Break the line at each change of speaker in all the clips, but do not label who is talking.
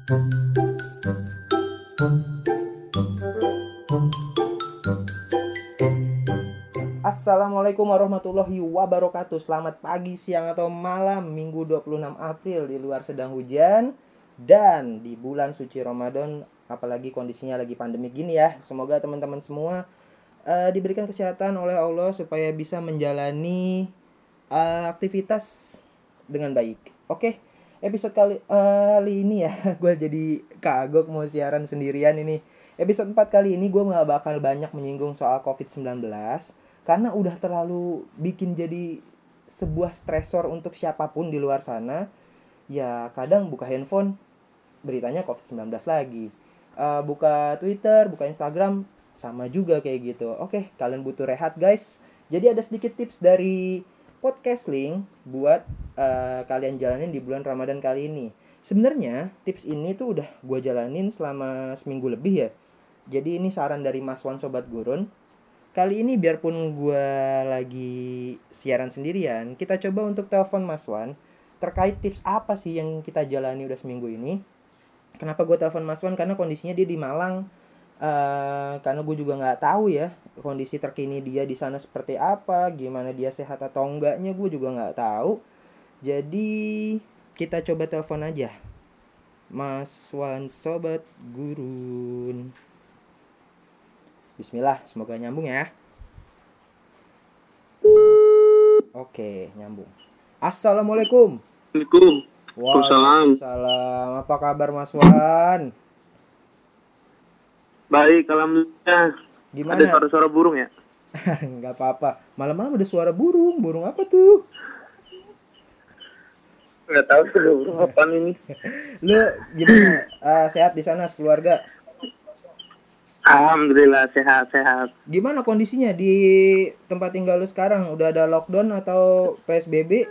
Assalamualaikum warahmatullahi wabarakatuh. Selamat pagi, siang, atau malam Minggu 26 April. Di luar sedang hujan dan di bulan suci Ramadan, apalagi kondisinya lagi pandemi gini ya. Semoga teman-teman semua diberikan kesehatan oleh Allah supaya bisa menjalani aktivitas dengan baik. Oke, episode kali ini ya gue jadi kagok mau siaran sendirian ini. Episode 4 kali ini gue gak bakal banyak menyinggung soal COVID-19 karena udah terlalu bikin jadi sebuah stresor untuk siapapun di luar sana. Ya kadang buka handphone beritanya COVID-19 lagi, buka Twitter, buka Instagram, sama juga kayak gitu. Oke, kalian butuh rehat guys. Jadi ada sedikit tips dari podcast link buat kalian jalanin di bulan Ramadan kali ini. Sebenarnya tips ini tuh udah gue jalanin selama seminggu lebih ya. Jadi ini saran dari Mas Wan Sobat Gurun. Kali ini biarpun gue lagi siaran sendirian, kita coba untuk telepon Mas Wan terkait tips apa sih yang kita jalani udah seminggu ini. Kenapa gue telepon Mas Wan? Karena kondisinya dia di Malang. Karena gue juga nggak tahu ya kondisi terkini dia di sana seperti apa, gimana dia sehat atau enggaknya gue juga nggak tahu. Jadi kita coba telepon aja Mas Wan Sobat Gurun. Bismillah, semoga nyambung ya. Oke, nyambung. Assalamualaikum.
Assalamualaikum.
Waalaikumsalam. Apa kabar Mas Wan?
Baik, alhamdulillah.
Gimana?
Ada suara-suara burung ya?
Nggak apa-apa. Malam-malam ada suara burung. Burung apa tuh?
Nggak tahu suara burung apaan ini.
Lu gimana? Sehat di sana sekeluarga?
Alhamdulillah sehat.
Gimana kondisinya di tempat tinggal lu sekarang? Udah ada lockdown atau PSBB?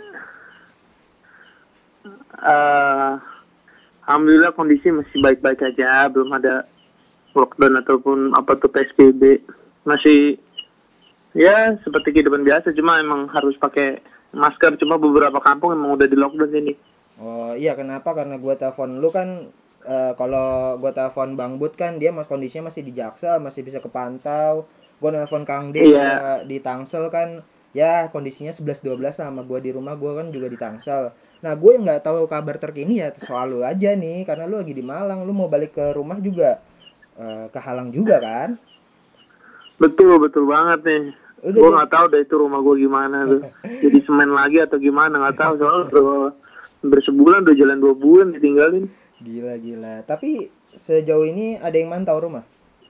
Alhamdulillah kondisi masih baik-baik aja, belum ada lockdown ataupun apa tuh PSBB. Masih ya seperti kehidupan biasa, cuma emang harus pakai masker. Cuma beberapa kampung emang udah di lockdown ini.
Oh iya, kenapa? Karena gue telepon lu kan, kalau gue telepon Bang Bud kan dia kondisinya masih di Jaksel, masih bisa kepantau. Gue nelfon Kang D di Tangsel kan, ya kondisinya 11-12 sama gue di rumah, gue kan juga di Tangsel. Nah gue yang nggak tahu kabar terkini ya soal lu aja nih, karena lu lagi di Malang, lu mau balik ke rumah juga kehalang juga kan?
Betul banget nih. Gue nggak tahu deh itu rumah gue gimana tuh. Jadi semen lagi atau gimana nggak tahu, soalnya hampir sebulan, udah jalan 2 bulan ditinggalin.
Gila. Tapi sejauh ini ada yang mantau rumah?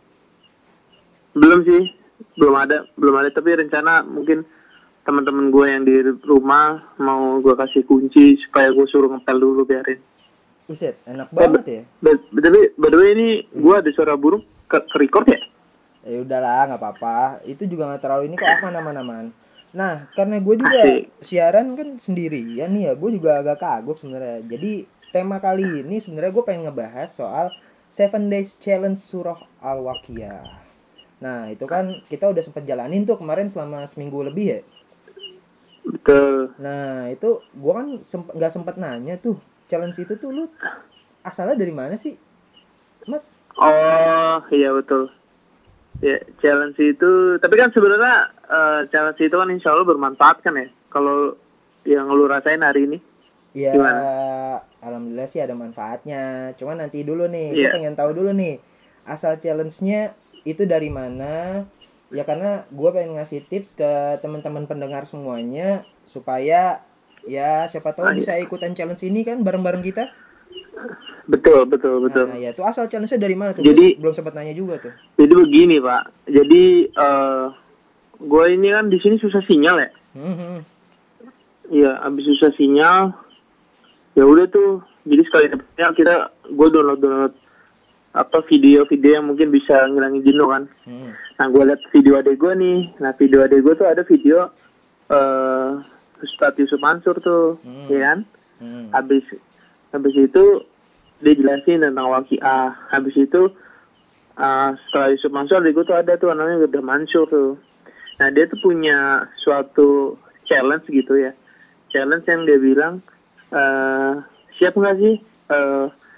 Belum sih, belum ada. Tapi rencana mungkin teman-teman gue yang di rumah mau gue kasih kunci supaya gue suruh ngepel dulu, biarin.
Buset, enak banget ya.
By the way ini gue ada suara burung ke record ya?
Ya udahlah, nggak apa-apa. Itu juga nggak terlalu ini kok, aman. Nah, karena gue juga siaran kan sendirian nih ya, gue juga agak kagok sebenarnya. Jadi tema kali ini sebenarnya gue pengen ngebahas soal 7 Days Challenge Surah Al-Waqiah. Nah, itu kan kita udah sempat jalanin tuh kemarin selama seminggu lebih ya.
Betul.
Nah, itu gue kan nggak sempat nanya tuh, challenge itu tuh lu asalnya dari mana sih, Mas?
Oh iya betul. Ya challenge itu, tapi kan sebenarnya challenge itu kan insya Allah bermanfaat kan ya. Kalau yang lu rasain hari ini.
Ya,
gimana?
Alhamdulillah sih ada manfaatnya. Cuma nanti dulu nih, gue pengen tahu dulu nih asal challenge-nya itu dari mana. Ya karena gue pengen ngasih tips ke teman-teman pendengar semuanya supaya ya siapa tahu bisa ikutan challenge ini kan bareng-bareng kita.
Betul.
Nah, ya itu asal challenge-nya dari mana tuh?
Jadi
belum sempat nanya juga tuh.
Jadi begini Pak. Jadi gue ini kan di sini susah sinyal ya. Iya, abis susah sinyal. Ya udah tuh, jadi sekali dapetnya gue download apa video-video yang mungkin bisa ngilangin jenuh kan. Nah gue liat video adek gue nih. Nah video adek gue tuh ada video Ustadz Yusuf Mansur tuh, ya kan. Habis itu dia jelasin tentang Waqiah. Habis itu setelah Yusuf Mansur adek gue tuh ada tuh namanya Geda Mansur tuh. Nah dia tuh punya suatu challenge gitu ya. Challenge yang dia bilang siap nggak sih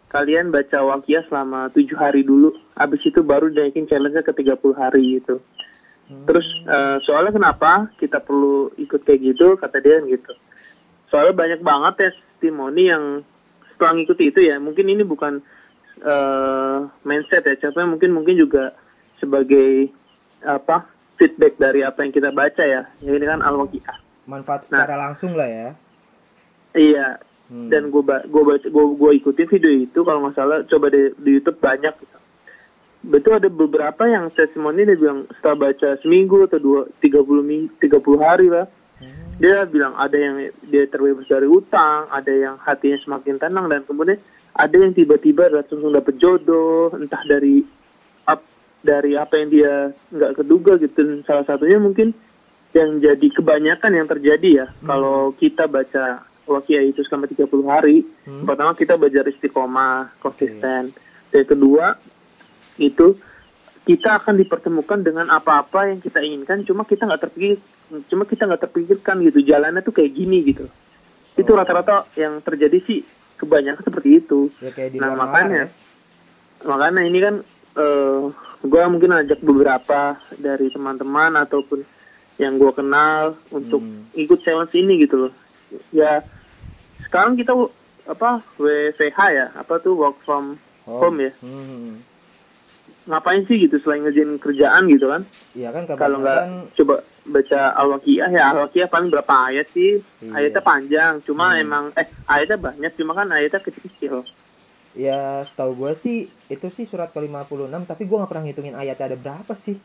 kalian baca waqiah selama 7 hari dulu, habis itu baru naikin challenge-nya ke 30 hari gitu. Terus soalnya kenapa kita perlu ikut kayak gitu, kata dia gitu. Soalnya banyak banget testimoni yang setelah ngikuti itu ya, mungkin ini bukan mindset ya, capek mungkin juga sebagai feedback dari apa yang kita baca ya. Ini kan al-waqiah.
Manfaat secara langsung lah ya.
Iya. Dan gue ikutin video itu, kalau nggak salah coba di YouTube banyak gitu. Betul, ada beberapa yang testimoni dia bilang setelah baca seminggu atau 30 hari lah, dia bilang ada yang dia terbebas dari utang, ada yang hatinya semakin tenang, dan kemudian ada yang tiba-tiba langsung dapet jodoh, entah dari apa yang dia nggak keduga gitu. Dan salah satunya mungkin yang jadi kebanyakan yang terjadi ya, kalau kita baca waqiah itu selama 30 hari, pertama kita belajar istiqomah, konsisten. Yang kedua, itu kita akan dipertemukan dengan apa-apa yang kita inginkan, cuma kita nggak terpikirkan gitu, jalannya tuh kayak gini gitu. Itu rata-rata yang terjadi sih, kebanyakan seperti itu.
Ya, kayak di
nah
luar
makanya ini kan gue mungkin ajak beberapa dari teman-teman ataupun yang gue kenal untuk ikut challenge ini gitu loh. Ya sekarang kita WFH ya, work from home ya. Ngapain sih gitu selain ngerjain kerjaan gitu kan?
Iya kan,
kalau nggak coba baca al-waqiah ya. Al-waqiah paling berapa ayat sih? Iya. Ayatnya panjang, cuma emang ayatnya banyak, cuma kan ayatnya kecil-kecil.
Ya setahu gue sih itu sih surat ke-56, tapi gue nggak pernah ngitungin ayatnya ada berapa sih.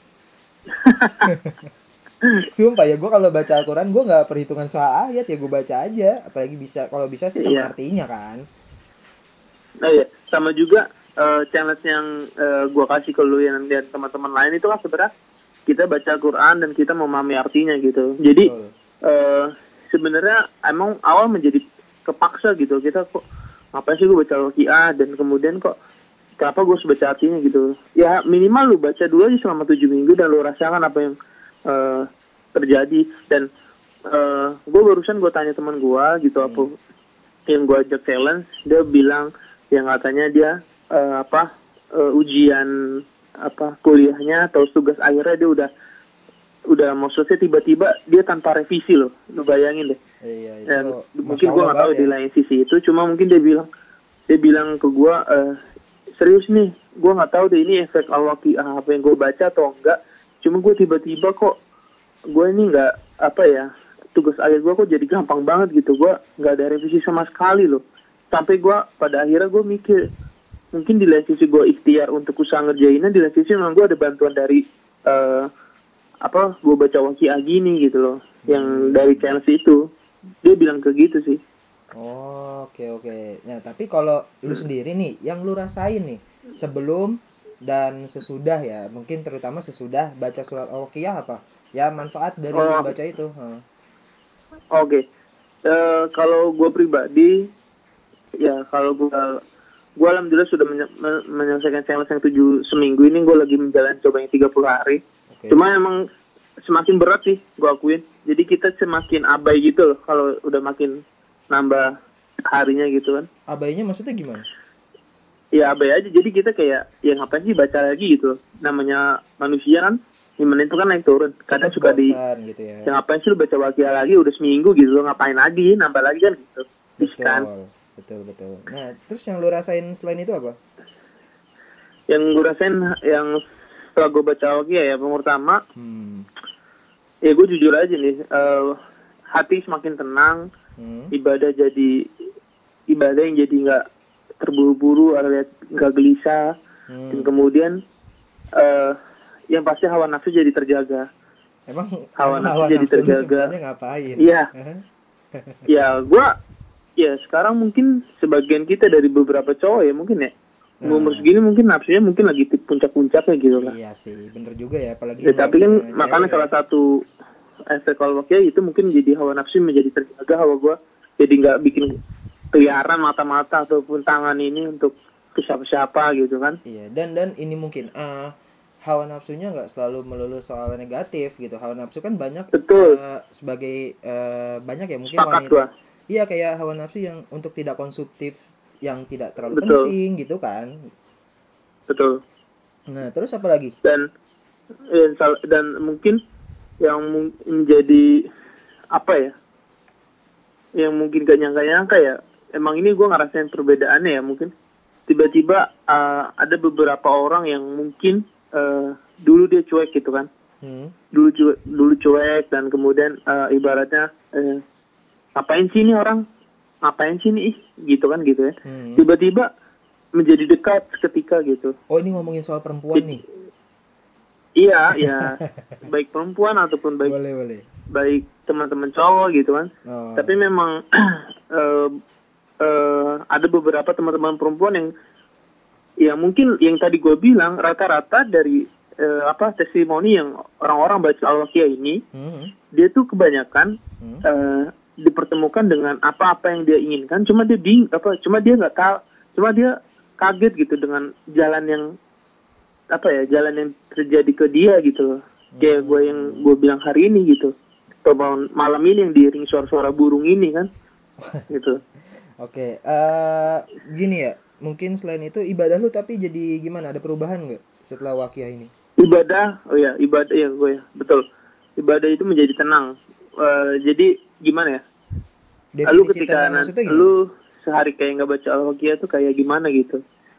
Sumpah ya, gue kalau baca Al-Quran gue nggak perhitungan soal ayat ya, gue baca aja. Apalagi kalau bisa sih sama artinya kan.
Nah ya, sama juga challenge yang gue kasih ke lu dan teman-teman lain itu kan sebenarnya kita baca Al-Quran dan kita memahami artinya gitu. Jadi sebenarnya emang awal menjadi kepaksa gitu, kita kok ngapain sih gue baca Al-Waqiah, dan kemudian kok kenapa gue harus baca artinya gitu. Ya minimal lu baca dulu aja selama 7 minggu dan lu rasakan apa yang terjadi. Dan gue barusan gue tanya teman gue gitu, apa yang gue ajak challenge, dia bilang yang katanya dia ujian kuliahnya atau tugas akhirnya dia udah mau selesai, tiba-tiba dia tanpa revisi loh, lu bayangin deh.
Iya,
mungkin gue nggak tahu di lain sisi itu, cuma mungkin dia bilang ke gue, serius nih, gue nggak tahu deh ini efek al-waqiah apa yang gue baca atau enggak, cuma gue tiba-tiba kok gue ini nggak tugas akhir gue kok jadi gampang banget gitu, gue nggak ada revisi sama sekali loh, sampai gue pada akhirnya gue mikir mungkin di lain sisi gue ikhtiar untuk usaha ngerjainnya, di lain sisi memang gue ada bantuan dari gue baca waqiah gini gitu loh, yang dari challenge itu dia bilang ke gitu sih.
Oke. Nah tapi kalau lu sendiri nih, yang lu rasain nih sebelum dan sesudah ya, mungkin terutama sesudah baca surat al-waqiah, apa ya manfaat dari baca itu?
Kalau gue pribadi ya, kalau gue alhamdulillah sudah menyelesaikan challenge yang 7 seminggu ini, gue lagi menjalani coba yang 30 hari. Cuma emang semakin berat sih, gue akuin. Jadi kita semakin abai gitu loh kalau udah makin nambah harinya gitu kan.
Abainya maksudnya gimana?
Ya abai aja, jadi kita kayak ya ngapain sih baca lagi gitu. Namanya manusia kan, iman itu kan naik turun. Kadang suka
gitu ya.
Ya ngapain sih lu baca waqiah lagi udah seminggu gitu, ngapain lagi nambah lagi kan gitu.
Betul. Nah terus yang lu rasain selain itu apa?
Yang gue rasain yang setelah gue baca waqiah ya, pertama ya gue jujur aja nih, hati semakin tenang, ibadah yang jadi nggak terburu-buru, alias nggak gelisah, dan kemudian yang pasti hawa nafsu jadi terjaga.
Emang
hawa nafsu jadi terjaga.
Ngapain?
Iya. Ya sekarang mungkin sebagian kita dari beberapa cowok ya mungkin ya, umur segini mungkin nafsunya mungkin lagi puncak-puncaknya gitu lah.
Iya sih, bener juga ya, apalagi
tapi kan makanya salah satu efek al-waqiah itu mungkin jadi hawa nafsu menjadi terjaga, hawa gue jadi nggak bikin keliaran mata-mata ataupun tangan ini untuk ke siapa-siapa gitu kan.
Iya, dan ini mungkin hawa nafsunya nggak selalu melulu soal negatif gitu. Hawa nafsu kan banyak sebagai banyak ya mungkin
sepakat
wanita.
Gua.
Iya, kayak hawa nafsu yang untuk tidak konsumtif yang tidak terlalu
Betul.
penting gitu kan.
Betul.
Nah, terus apa lagi?
Dan mungkin yang menjadi apa ya, yang mungkin gak nyangka-nyangka ya, emang ini gue ngerasain perbedaannya ya, mungkin tiba-tiba ada beberapa orang yang mungkin dulu dia cuek gitu kan, dulu cuek dan kemudian ibaratnya ngapain sih ini orang, ngapain sih ini gitu kan gitu ya, tiba-tiba menjadi dekat seketika gitu.
Oh, ini ngomongin soal perempuan nih.
Iya, ya, baik perempuan ataupun baik
Boleh.
baik teman-teman cowok gitu kan.
Oh.
Tapi memang ada beberapa teman-teman perempuan yang mungkin yang tadi gue bilang rata-rata dari testimoni yang orang-orang baca Al-Waqiah ini, dia tuh kebanyakan dipertemukan dengan apa-apa yang dia inginkan, cuma dia nggak tahu, cuma dia kaget gitu dengan jalan yang terjadi ke dia gitu loh. Kayak gue bilang hari ini gitu, atau malam ini yang diiringi suara-suara burung ini kan gitu.
Oke, gini ya, mungkin selain itu ibadah lu tapi jadi gimana, ada perubahan nggak setelah Waqiah ini?
Ibadah ya gue ya, betul, ibadah itu menjadi tenang. Jadi gimana ya,
Definisi
lu ketika lu sehari kayak nggak baca Al-Waqiah tuh kayak gimana gitu.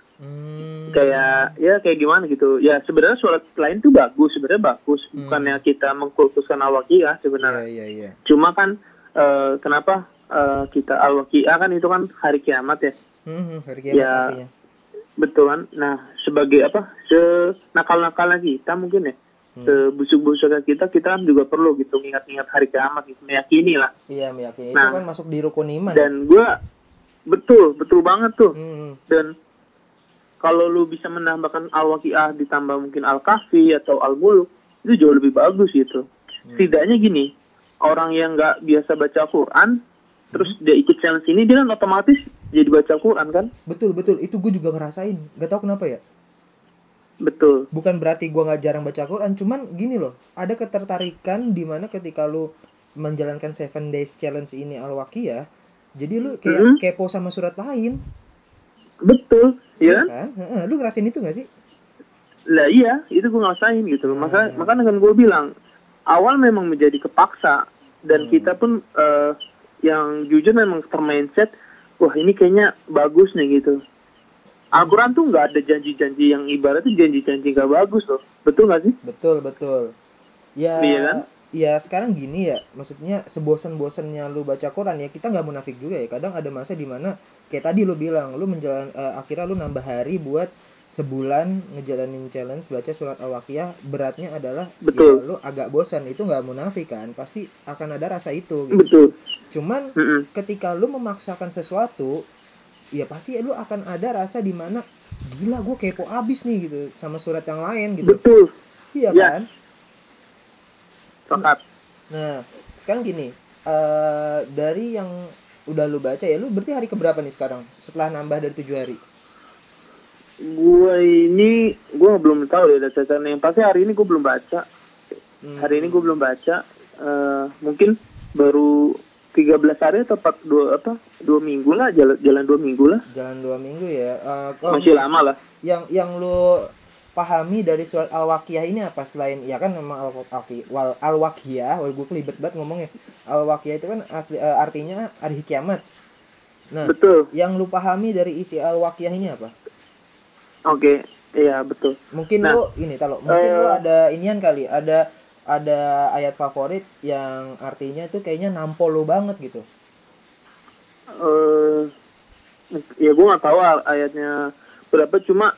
Kayak gimana gitu ya, sebenarnya surat lain tuh sebenarnya bagus, bukannya kita mengkultuskan Al-Waqiah sebenarnya.
Iya.
Cuma kan kenapa kita Al-Waqiah kan itu kan hari kiamat ya.
Hari kiamat
ya,
artinya.
Betul kan. Nah, sebagai senakal-nakalnya kita mungkin ya, sebusuk-busuknya kita kan juga perlu gitu ingat-ingat hari kiamat gitu, meyakini lah.
Iya, meyakini.
Nah,
itu kan masuk di rukun iman.
Dan gue betul banget tuh. Dan kalau lu bisa menambahkan Al-Waqiah ditambah mungkin Al-Kahfi atau Al-Mulk, itu jauh lebih bagus gitu. Setidaknya gini, orang yang nggak biasa baca Quran, terus dia ikut challenge ini, dia kan otomatis jadi baca Quran kan?
Betul. Itu gue juga ngerasain. Gak tau kenapa ya.
Betul.
Bukan berarti gue nggak jarang baca Quran, cuman gini loh, ada ketertarikan di mana ketika lu menjalankan 7 days challenge ini Al-Waqiah, jadi lu kayak kepo sama surat lain.
Betul, ya
kan? Lu ngerasain itu gak sih?
Lah iya, itu gue ngerasain gitu. Makanya kan gue bilang, awal memang menjadi kepaksa. Dan kita pun yang jujur memang termindset, wah ini kayaknya bagus nih gitu. Al-Quran tuh gak ada janji-janji yang ibaratnya janji-janji gak bagus loh. Betul gak sih?
Betul. Ya,
iya kan?
Ya sekarang gini ya, maksudnya sebosan-bosannya lu baca Quran ya, kita gak munafik juga ya. Kadang ada masa dimana kayak tadi lu bilang, lu akhirnya lu nambah hari buat sebulan ngejalanin challenge baca surat Al-Waqiah, beratnya adalah ya lu agak bosan, itu nggak munafik kan, pasti akan ada rasa itu gitu.
Betul.
Cuman ketika lu memaksakan sesuatu, ya pasti lu akan ada rasa dimana gila gue kepo abis nih gitu sama surat yang lain gitu.
Betul.
Iya kan?
Sepakat.
Nah sekarang gini, dari yang udah lu baca ya, lu berarti hari keberapa nih sekarang setelah nambah dari 7 hari?
Gue belum tahu ya dasarnya. Yang pasti hari ini gue belum baca. Hari ini gue belum baca. Mungkin baru 13 hari atau 2 minggu lah, jalan 2 minggu lah.
Jalan 2 minggu ya.
Masih lama lah.
Yang lu pahami dari surat Al-Waqiah ini apa, selain ya kan memang Al-Waqiah, gue kelibet banget ngomongnya. Al-Waqiah itu kan asli artinya hari kiamat. Nah,
betul.
Yang lu pahami dari isi Al-Waqiah ini apa?
Oke, iya betul.
Mungkin lu ada inian kali, ada ayat favorit yang artinya tuh kayaknya nampol lu banget gitu.
Ya gue nggak tahu ayatnya berapa, cuma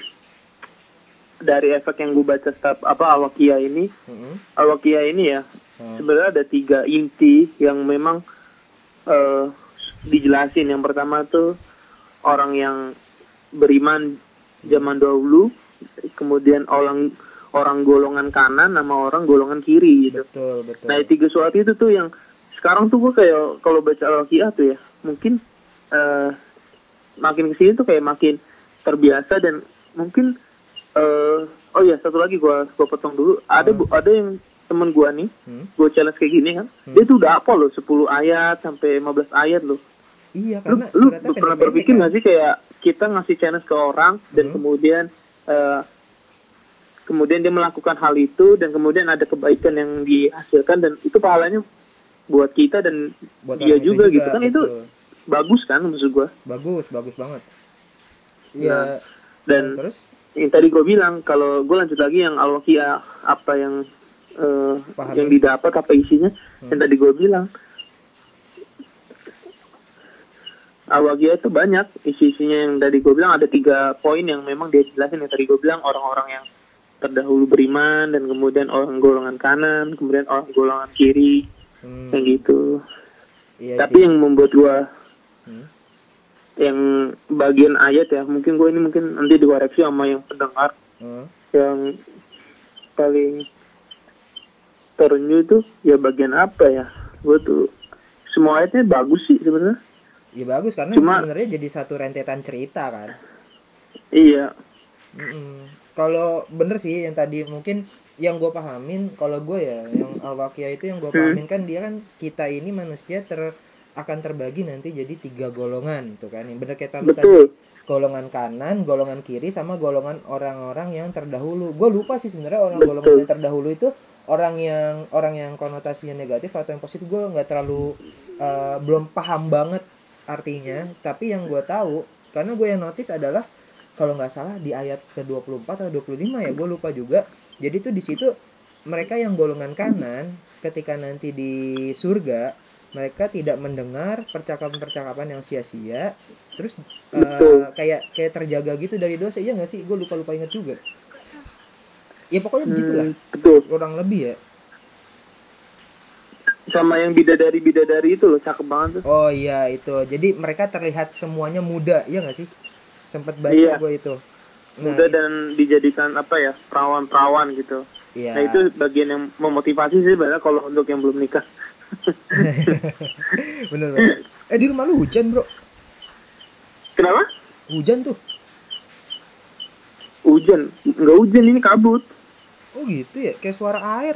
dari efek yang gue baca Al-Waqiah ini, Al-Waqiah ini ya, sebenarnya ada 3 inti yang memang dijelasin. Yang pertama tuh orang yang beriman zaman dahulu, kemudian orang golongan kanan sama orang golongan kiri gitu.
Betul.
Nah, 3 surat itu tuh yang sekarang tuh gue kayak kalau baca Al-Waqiah tuh ya, mungkin makin kesini tuh kayak makin terbiasa. Dan mungkin satu lagi gue potong dulu. Ada yang temen gue nih, gue challenge kayak gini kan, dia tuh udah hafal loh 10 ayat sampai 15 ayat loh.
Iya,
Lu
karena
lu
suratnya
pernah
pendek-pendek
berpikir
kan.
nggak sih kayak kita ngasih chance ke orang dan kemudian dia melakukan hal itu dan kemudian ada kebaikan yang dihasilkan dan itu pahalanya buat kita dan
Buat
dia
orang itu
juga gitu kan, itu
betul.
bagus kan maksud gua.
Bagus banget.
Nah,
Iya.
dan
Terus
yang tadi gue bilang, kalau gue lanjut lagi yang al-waqiah, apa yang
Paham.
yang didapat, apa isinya, yang tadi gue bilang, al-waqiah itu banyak isi-isinya. Yang tadi gue bilang ada 3 poin yang memang dia jelasin. Yang tadi gue bilang, orang-orang yang terdahulu beriman, dan kemudian orang golongan kanan, kemudian orang golongan kiri, kayak gitu.
Iya
Tapi
sih.
yang membuat gue yang bagian ayat ya, mungkin gue ini mungkin nanti dikoreksi sama yang pendengar, yang paling terenyuh itu ya bagian apa ya, gue tuh semua ayatnya bagus sih sebenarnya.
Ya bagus karena
Cuma-
sebenarnya jadi satu rentetan cerita kan.
Iya.
Kalau bener sih yang tadi mungkin yang gue pahamin, kalau gue ya yang al-waqiah itu yang gue pahamin kan dia kan kita ini manusia akan terbagi nanti jadi 3 golongan tuh kan. Yang bener kayak tadi
Betul.
golongan kanan, golongan kiri, sama golongan orang-orang yang terdahulu. Gue lupa sih sebenarnya orang golongan yang terdahulu itu orang yang konotasinya negatif atau yang positif, gue nggak terlalu belum paham banget artinya. Tapi yang gue tahu karena gue yang notice adalah kalau nggak salah di ayat ke-24 atau 25 ya, gue lupa juga. Jadi tuh di situ mereka yang golongan kanan ketika nanti di surga mereka tidak mendengar percakapan-percakapan yang sia-sia, terus kayak terjaga gitu dari dosa. Iya nggak sih? Gue lupa ingat juga. Ya pokoknya begitulah.
Betul.
Kurang lebih ya.
Sama yang bidadari itu loh, cakep banget tuh.
Oh iya itu. Jadi mereka terlihat semuanya muda, iya nggak sih? Sempet baca
Iya.
gue itu.
Muda dan dijadikan apa ya, perawan-perawan gitu.
Iya.
Nah itu bagian yang memotivasi sih sebenarnya kalau untuk yang belum nikah.
Bener. Di rumah lu hujan bro?
Kenapa?
Hujan tuh?
Hujan? Nggak hujan, ini kabut.
Oh gitu ya, kayak suara air.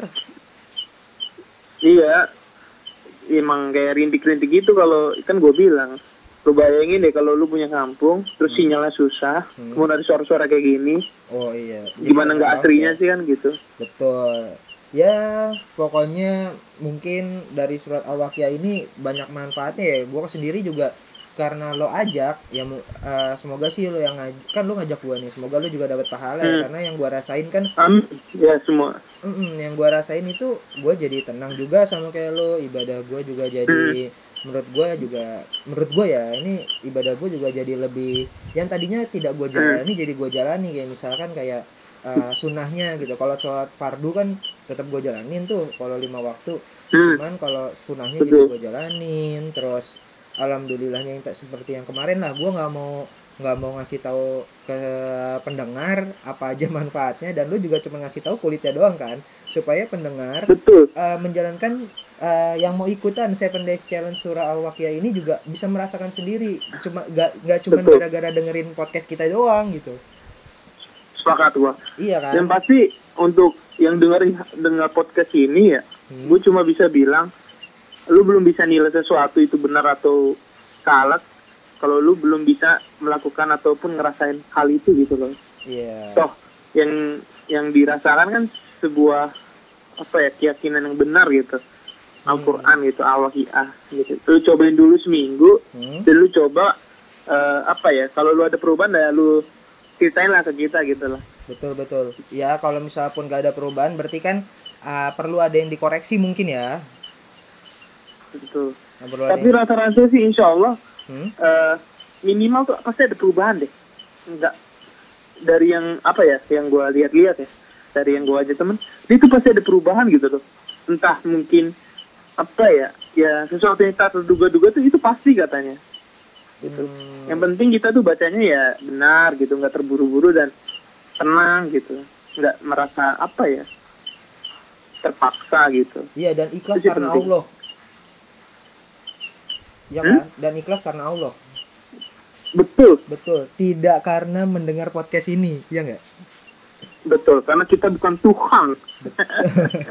Iya, emang kayak rintik-rintik gitu. Kalau kan gue bilang, lu bayangin deh kalau lu punya kampung terus sinyalnya susah, kemudian ada suara-suara kayak gini.
Oh iya.
Gimana nggak asrinya sih kan gitu.
Betul. Ya pokoknya mungkin dari surat al-waqiah ini banyak manfaatnya ya. Gue sendiri juga karena lo ajak ya, semoga sih lo yang kan lo ngajak gue nih, semoga lo juga dapat pahala ya, karena yang gue rasain kan
ya semua
yang gue rasain itu gue jadi tenang juga sama kayak lo, ibadah gue juga jadi menurut gue ya ini ibadah gue juga jadi lebih, yang tadinya tidak gue jalani jadi gue jalani. Kayak misalkan kayak sunnahnya gitu, kalau sholat fardu kan tetap gue jalanin tuh kalau 5 waktu, cuman kalau sunnahnya jadi gue jalanin terus. Alhamdulillahnya yang tak seperti yang kemarin lah, gue nggak mau ngasih tahu ke pendengar apa aja manfaatnya, dan lu juga cuma ngasih tahu kulitnya doang kan, supaya pendengar menjalankan yang mau ikutan 7 Days Challenge surah al-waqiah ini juga bisa merasakan sendiri, nggak cuma gara-gara dengerin podcast kita doang gitu.
Sepakat gua.
Iya kan.
Dan pasti untuk yang dengar podcast ini ya, gue cuma bisa bilang, lu belum bisa nilai sesuatu itu benar atau salah kalau lu belum bisa melakukan ataupun ngerasain hal itu gitu loh.
Iya.
Toh yang dirasakan kan sebuah apa ya, keyakinan yang benar gitu. Al-Qur'an gitu, al-waqiah gitu. Lu cobain dulu seminggu, dan lu coba apa ya, kalau lu ada perubahan ya lu ceritain lah ke kita gitu loh.
Betul. Ya kalau misalnya pun gak ada perubahan berarti kan perlu ada yang dikoreksi mungkin ya.
Betul. Tapi rata-rata sih insya Allah minimal tuh pasti ada perubahan deh. Enggak dari yang apa ya, yang gue lihat-lihat ya, dari yang gue aja temen, itu pasti ada perubahan gitu loh. Entah mungkin apa ya sesuatu yang tak terduga-duga tuh itu pasti katanya. Gitu. Yang penting kita tuh bacanya ya benar gitu, nggak terburu-buru dan tenang gitu, nggak merasa apa ya terpaksa gitu.
Iya, dan ikhlas
itu
karena
penting.
Allah. Ya kan? Dan ikhlas karena Allah.
Betul.
Tidak karena mendengar podcast ini, ya nggak?
Betul, karena kita bukan Tuhan.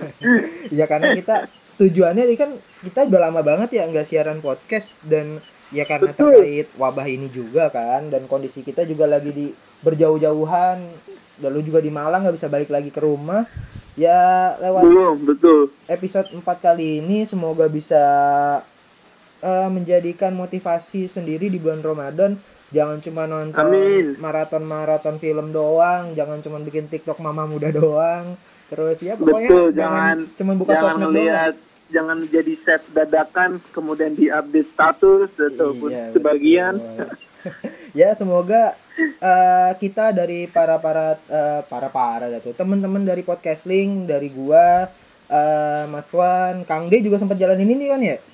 Ya karena kita tujuannya ini kan kita udah lama banget ya nggak siaran podcast, dan Ya karena
Betul.
terkait wabah ini juga kan, dan kondisi kita juga lagi di berjauh-jauhan, dan lu juga di Malang nggak bisa balik lagi ke rumah. Ya lewat
Belum, betul.
episode 4 kali ini semoga bisa menjadikan motivasi sendiri di bulan Ramadan. Jangan cuma nonton
Amin.
maraton film doang, jangan cuma bikin TikTok mama muda doang. Terus ya pokoknya
Betul,
jangan cuma buka
jangan
sosmed doang.
ngelihat, jangan jadi set dadakan kemudian di-update status ataupun
Iya,
sebagian.
betul. Ya semoga kita dari para teman-teman dari podcasting, dari gua, Mas Wan, Kang D juga sempat jalanin ini kan ya?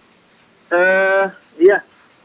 Iya.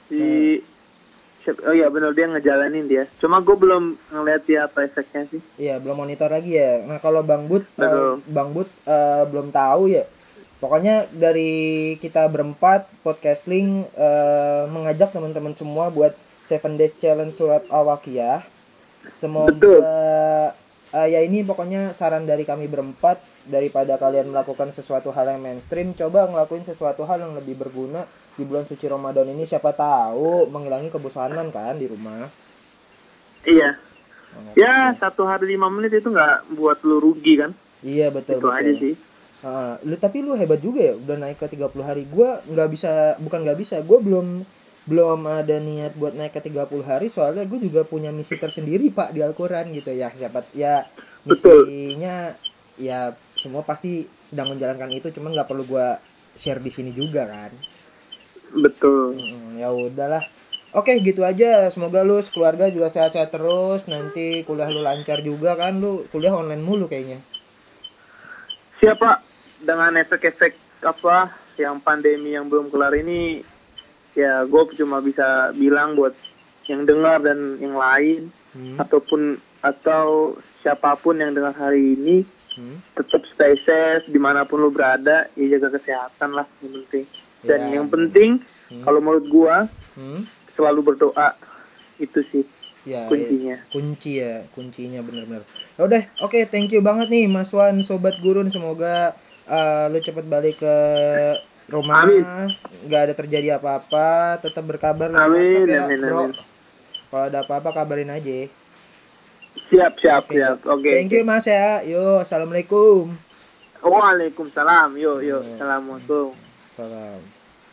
Oh iya benar, dia ngejalanin dia. Cuma gue belum ngeliat dia apa efeknya sih.
Iya, belum monitor lagi ya. Nah, kalau Bang Bud
Betul.
belum tahu ya. Pokoknya dari kita berempat podcasting mengajak teman-teman semua buat 7 Days Challenge Surat Al-Waqiah. Semoga
Betul.
Ya ini pokoknya saran dari kami berempat, daripada kalian melakukan sesuatu hal yang mainstream, coba ngelakuin sesuatu hal yang lebih berguna di bulan suci Ramadan ini, siapa tahu menghilangi kebosanan kan di rumah.
Iya. Ya 1 hari 5 menit itu nggak buat lu rugi kan?
Iya betul.
Itu aja sih.
Tapi lu hebat juga ya, udah naik ke 30 hari. Gue gue belum ada niat buat naik ke 30 hari, soalnya gue juga punya misi tersendiri Pak di Al-Quran gitu ya. Siapa ya misinya ya semua pasti sedang menjalankan itu, cuman nggak perlu gue share di sini juga kan.
Betul.
Ya udahlah. Oke, gitu aja. Semoga lu sekeluarga juga sehat-sehat terus. Nanti kuliah lu lancar juga kan, lu kuliah online mulu kayaknya.
Siapa dengan efek-efek apa yang pandemi yang belum kelar ini, ya gue cuma bisa bilang buat yang dengar dan yang lain atau siapapun yang dengar hari ini, tetap stay safe dimanapun lu berada, ya jaga kesehatan lah yang penting. Dan yang penting kalau menurut gue selalu berdoa, itu sih
ya,
kuncinya.
Kuncinya benar-benar. Udah, oke, thank you banget nih Mas Wan, Sobat Gurun. Semoga lu cepat balik ke rumah. Nggak ada terjadi apa-apa, tetap berkabar lewat WhatsApp ya, bro. Kalau ada apa-apa kabarin aja.
Siap. Oke.
Thank you Mas ya. Yo, assalamualaikum.
Waalaikumsalam. Yo. Assalamualaikum.
Salam.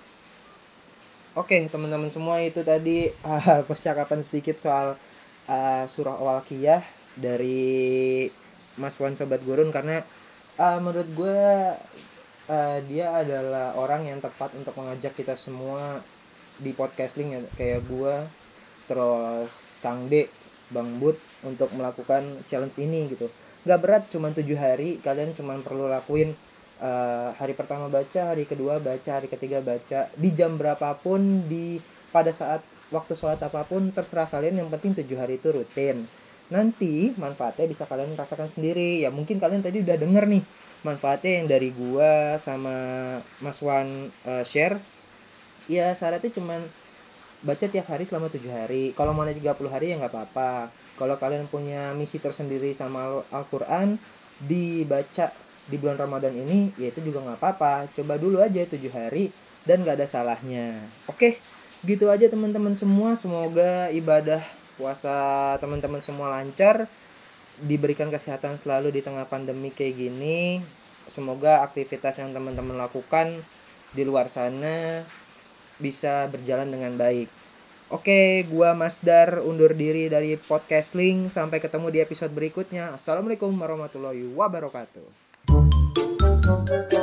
Oke, teman-teman semua, itu tadi percakapan sedikit soal surah Al-Waqiah dari Mas Wan Sobat Gurun, karena menurut gue dia adalah orang yang tepat untuk mengajak kita semua di podcasting ya, kayak gue, terus Kang D, Bang Bud, untuk melakukan challenge ini gitu. Gak berat, cuma 7 hari. Kalian cuma perlu lakuin hari pertama baca, hari kedua baca, hari ketiga baca, di jam berapapun, pada saat waktu sholat apapun, terserah kalian. Yang penting 7 hari itu rutin. Nanti manfaatnya bisa kalian rasakan sendiri. Ya mungkin kalian tadi udah denger nih manfaatnya yang dari gua sama Mas Wan share. Ya syaratnya cuman baca tiap hari selama 7 hari. Kalau mau 30 hari ya nggak apa-apa. Kalau kalian punya misi tersendiri sama Al-Quran, dibaca di bulan Ramadan ini, ya itu juga nggak apa-apa. Coba dulu aja 7 hari dan nggak ada salahnya. Oke, gitu aja teman-teman semua. Semoga ibadah puasa teman-teman semua lancar, diberikan kesehatan selalu di tengah pandemi kayak gini. Semoga aktivitas yang teman-teman lakukan di luar sana bisa berjalan dengan baik. Oke, gua Mas Dar undur diri dari Podcast Link. Sampai ketemu di episode berikutnya. Assalamualaikum warahmatullahi wabarakatuh.